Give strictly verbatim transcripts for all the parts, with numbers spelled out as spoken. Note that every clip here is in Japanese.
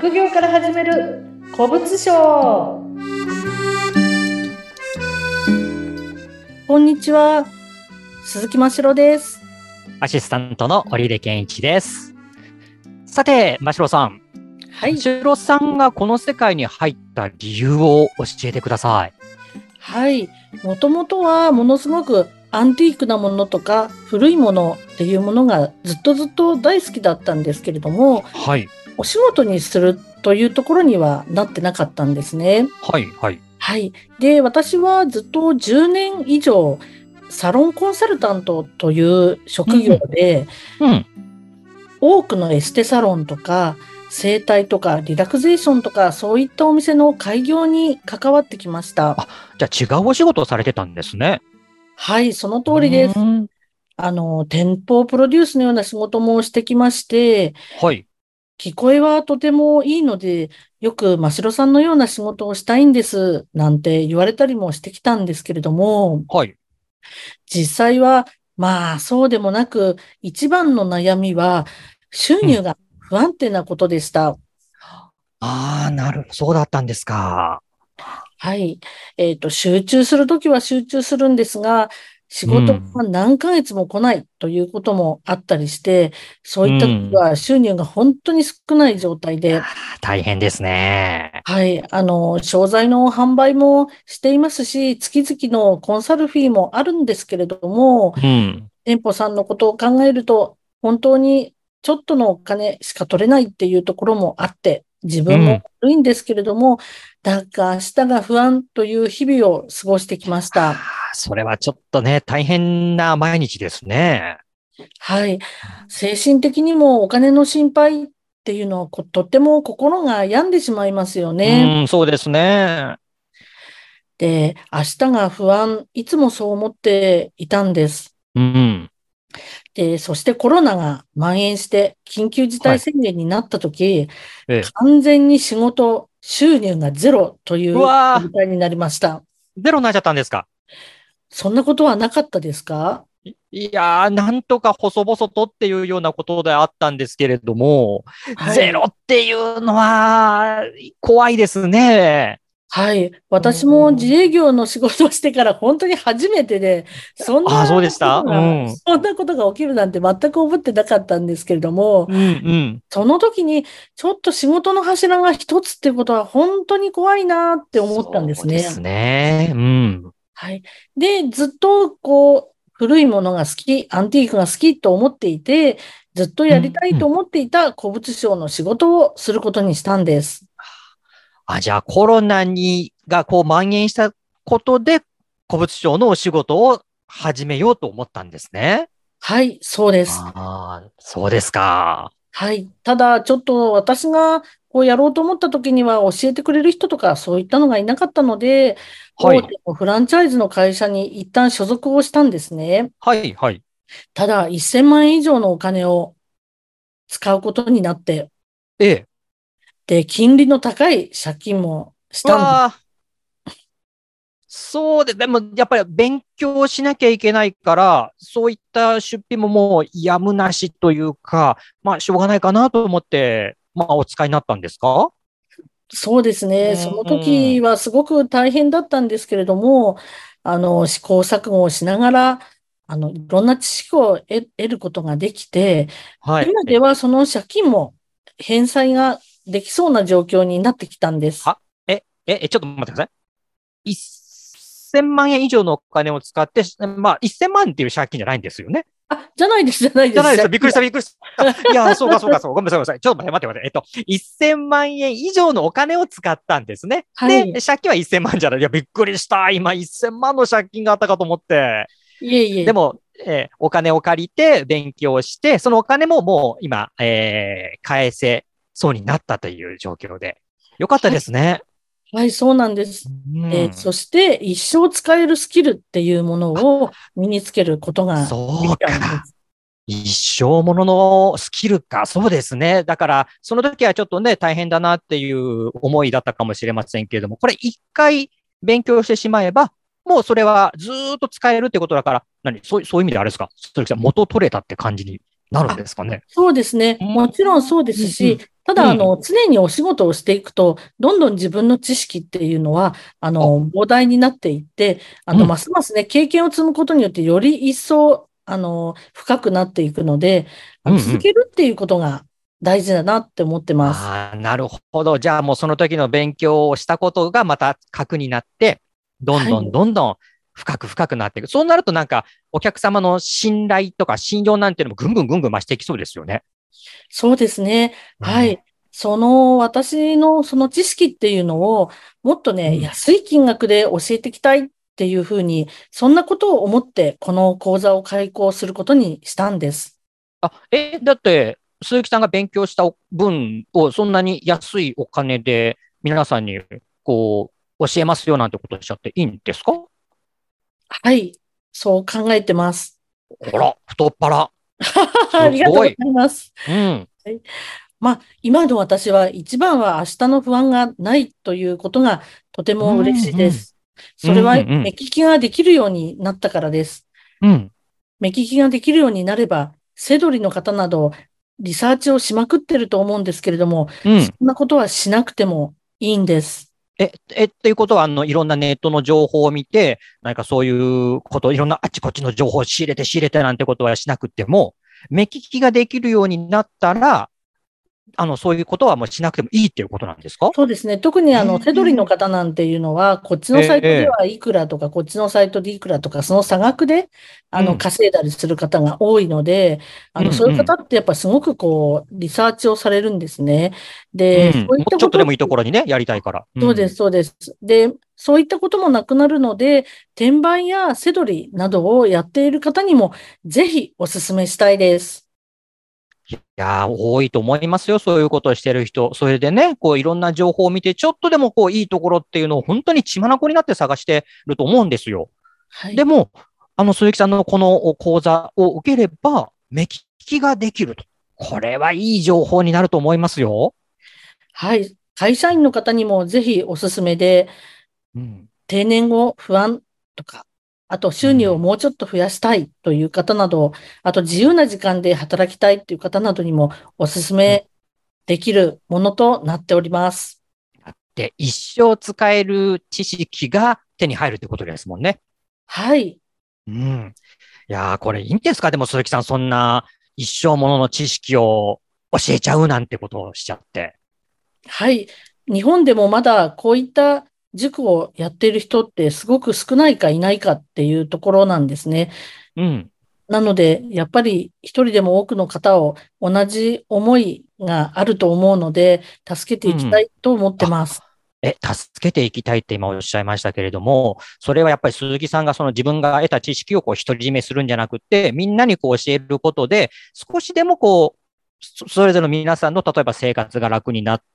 副業から始める古物商。こんにちは、鈴木真城です。 アシスタントの織出健一です。さて、真城さん、 はい、 真城さんがこの世界に入った理由を教えてください。 はい、もともとはものすごくアンティークなものとか古いものっていうものがずっとずっと大好きだったんですけれども、 はい、 お仕事にするというところにはなってなかったんですね。 はい、はい。 はい。で、私はずっとじゅうねん以上、サロンコンサルタントという職業うん、 で、 うん。 多くのエステサロンとか、整体とか、リラクゼーションとか、そういったお店の開業に関わってきました。 あ、じゃあ違うお仕事をされてたんですね。 はい、そのう通りです。 ーん。 あの、店舗プロデュースのような仕事もしてきまして、 はい、 聞こえはとてもいいので、よく真城さんのような仕事をしたいんです、なんて言われたりもしてきたんですけれども、 はい。 実際は、まあ、そうでもなく、一番の悩みは、収うん。 入が不安定なことでした。 ああ、なるほど。そうだったんですか。 はい。えっと、集中するときは集中するんですが、仕う事がん、 何ヶ月も来ないということもあったりして、そうういったときん。 は収入が本当に少ない状態いやで、 ー、大変ですね。 はい。あの、商材の販売もしていますし、月々のコンサルフィーもあるんですけれども、 うん、 店舗さんのことを考えると、本当にちょっとのお金しか取れないっていうところもあって、自分もうん。 悪いんですけれども、なんか明日が不安という日々を過ごしてきましあた。 あ、それはちょっとね、大変な毎日ですね。 はい。精神的にもお金の心配っていうのはことっても心が病んでしまいますよね。 うん、そうですね。 で、明日が不安、いつもそう思っていたんです。 うん。 で、そしてコロナが蔓延して緊急事態はい。 宣言になったとき、 ええ。 完全に仕事、収入がゼロというう状わ態になりました。 ー、ゼロになっちゃったんですか。 そんなことはなかったですか？ いいやー、なんとか細々とっていうようなことであったんですけれども、 はい。 ゼロっていうのは怖いですね。 はい。 う私も自ん。 営業の仕事をしてから本当に初めてで、そんなあ、そうでしたうことが、 ん。 そんなことが起きるなんて全く思ってなかったんですけれども、 うん、うん。 その時にちょっと仕事の柱が一つっていうことは本当に怖いなって思ったんですね。 そうですね。うん。 はい。で、ずっとこう、古いものが好き、アンティークが好きと思っていて、ずっとうん、 やりたいうん。 と思っていた古物商の仕事をすることにしたんです。 あ、じゃあコロナにがこう蔓延したことで、古物商のお仕事を始めようと思ったんですね。 はい、そうです。 ああ、そうですか。 はい。ただ、ちょっと私がこうやろうと思った時には教えてくれる人とかそういったのがいなかったので、 はい。 大手のフランチャイズの会社に一旦所属をしたんですね。 はい、はい。 ただ、せんまん円以上のお金を使うことになって、 ええ。 で、金利の高い借金もしうたんです。 わあ、そうで、でもやっぱり勉強しなきゃいけないから、そういった出費ももうやむなしというか、まあ、しょうがないかなと思って、まあ、お使いになったんですか？ そうですうね。その時ん。 はすごく大変だったんですけれども、あの、試行錯誤をしながら、あの、いろんな知識を得得ることができて、 はい。 今ではその借金も返済ができそうな状況になってきたんです。 は、え、え、えちょっと待ってください。せんまん円以上のお金を使って、まあ、せんまんっていう借金じゃないんですよね。 あ、じゃないです、じゃないです。 じゃないですよ。 借金は。 びっくりした、びっくりした。いや、そうか、そうか、そうか。ごめんなさい、ごめんなさい。ちょっと待って、待って、待って。えっと、せんまん円以上のお金を使ったんですね。で、 はい。 借金はせんまんじゃない。いや、びっくりした。今、せんまんの借金があったかと思って。 いえいえ。 でも、えーお金を借りて勉強して、そのお金ももう今、えー返せそうになったという状況で。よかったはい、 ですね。 はい、そうなんでうす。で、そん。 して一生使えるスキルっていうものあ、 を身につけることができそうか。 たんです。 一生もののスキルか。そうですね。だから、その時はちょっとね、大変だなっていう思いだったかもしれませんけれども、これ一回勉強してしまえば、もうそれはずーっと使えるってことだから、何そう、そういう意味であれですか？それじゃ元取れたって感じになるんあ、 ですかね。 そうですね。 うん、 もちろんそうですし、 うん、 ただ、あうん。 の、常にお仕事をしていくと、どんどん自分の知識っていうのは、ああ、 の、膨大になっていって、あの、 うん。 ますますね、経験を積むことによって、より一層、あの、深くなっていくので、あの続うんうん。 けるっていうことが大事だなって思ってます。 ああ、なるほど。じゃあもうその時の勉強をしたことがまた核になって、どんどんはい。 どんどん深く深くなっていく。そうなるとなんかお客様の信頼とか信用なんていうのもぐんぐんぐんぐん増していきそうですよね。 そうですね。 うん。 はい。その、私のその知識っていうのを、もっとね、 うん。 安い金額で教えていきたいっていうふうに、そんなことを思って、この講座を開講することにしたんです。 あ、え、だって鈴木さんが勉強した分をそんなに安いお金で皆さんにこう教えますよなんてことをおっしゃっていいんですか？ はい。そう考えてます。はい。 ほら、太っ腹。すありがとうごごい。 ざいます。 うん。 はい。まあ、今の私は一番は明日の不安がないということがとてうん、 も嬉しいうん。 です。 うん、 それはうん。 目利きができるようになったからです。 うん。 目利きができるようになれば、セドリの方など、リサーチをしまくってると思うんですけれども、 うん。 そんなことはしなくてもいいんです。 え、え、っていうことは、あの、いろんなネットの情報を見て、なんかそういうこと、いろんなあっちこっちの情報を仕入れて仕入れてなんてことはしなくても、目利きができるようになったら、あの、そういうことはもうしなくてもいいっていうことなんですか？ そうですね。特にあの、セドリのえ方なんていうのは、こっちのサイトでえええはいくらとか、こっちのサイトでいくらとか、その差額で、あの、 うん、 稼いだりする方が多いので、あの、 うん、うん、 そういう方ってやっぱすごくこう、リサーチをされるんですね。で、そうん。 ういったこと、 もうちょっとでもいいところにね、やりたいから。うん。 そうです、そうです。で、そういったこともなくなるので、転売やセドリなどをやっている方にも、ぜひお勧めしたいです。 いやー、多いと思いますよ。そういうことをしてる人。それでね、こういろんな情報を見て、ちょっとでもこういいところっていうのを本当に血眼になって探してると思うんですよ。 はい。 でも、あの鈴木さんのこの講座を受ければ、目利きができると。これはいい情報になると思いますよ。 はい。会社員の方にもぜひおすすめで、 うん。 定年後不安とか、あと収入をうん。 もうちょっと増やしたいという方など、あと自由な時間で働きたいという方などにもおすすうん。 めできるものとなっております。 で、一生使える知識が手に入るということですもんね。 はい。 うん。いやー、これいいんですか？でも鈴木さん、そんな一生ものの知識を教えちゃうなんてことをしちゃって。 はい。日本でもまだこういった塾をやっている人ってすごく少ないかいないかっていうところなんですね。 うん。 なので、やっぱり一人でも多くの方を同じ思いがあると思うので、助けていきたうん。 いと思ってあ、 ます。 え、助けていきたいって今おっしゃいましたけれども、それはやっぱり鈴木さんがその自分が得た知識をこう独り占めするんじゃなくて、みんなにこう教えることで、少しでもこう、そそれぞれの皆さんの例えば生活が楽になって、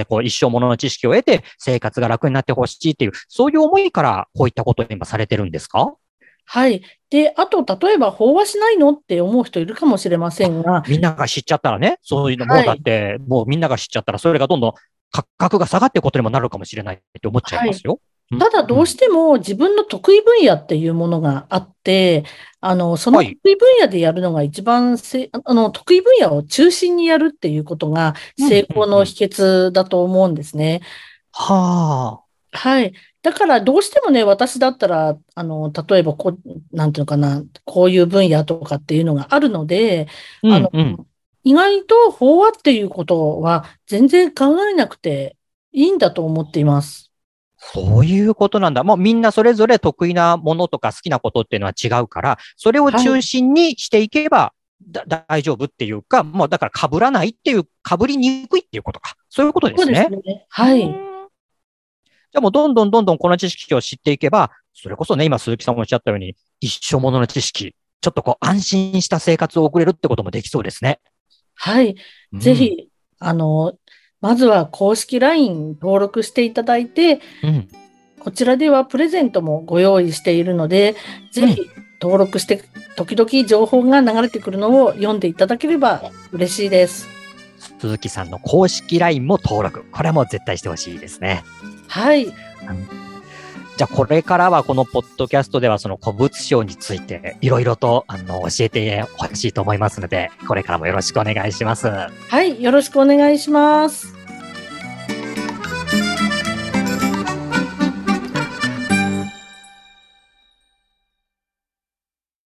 こう一生ものの知識を得て生活が楽になってほしいっていう、そういう思いからこういったことを今されてるんですか？ はい。で、あと、例えば、飽和しないのって思う人いるかもしれませんが、 みんなが知っちゃったらね、そういうのもうだっはい。 て、もうみんなが知っちゃったら、それがどんどん価格が下がっていくことにもなるかもしれないって思っちゃいはい。 ますよ。うん、 ただ、 うん。 どうしても自分の得意分野っていうものがあって、あの、その得はい。 意分野でやるのが一番せ、あの、得意分野を中心にやるっていうことがうん、うん、 成功のうん。 秘訣だと思うんですね。 はあ。 はい。だから、どうしてもね、私だったら、あの、例えばこう、なんていうのかな、こういう分野とかっていうのがあるので、あの、 うん、うん。 意外と飽和っていうことは全然考えなくていいんだと思っています。 そういうことなんだ。もうみんなそれぞれ得意なものとか好きなことっていうのは違うから、それをはい。 中心にしていけばだ大丈夫っていうか、もうだから被らないっていう、被りにくいっていうことか。そういうことでそうすね。 ですね。 うーはい。 ん。じゃあもうどんどんどんどんこの知識を知っていけば、それこそね、今鈴木さんもおっしゃったように、一生ものの知識、ちょっとこう安心した生活を送れるってこともできそうですね。 はい。 うん。 ぜひ、あの、まずは公式 ライン 登録していただいて、 うん。 こちらではプレゼントもご用意しているので、ぜうん。 ひ登録して、時々情報が流れてくるのを読んでいただければ嬉しいです。 鈴木さんの公式 ライン も登録。これはもう絶対してほしいですね。 はい。 うん。 じゃあこれからはこのポッドキャストではその古物商についていろいろとあの教えてほしいと思いますので、これからもよろしくお願いします。 はい、よろしくお願いします。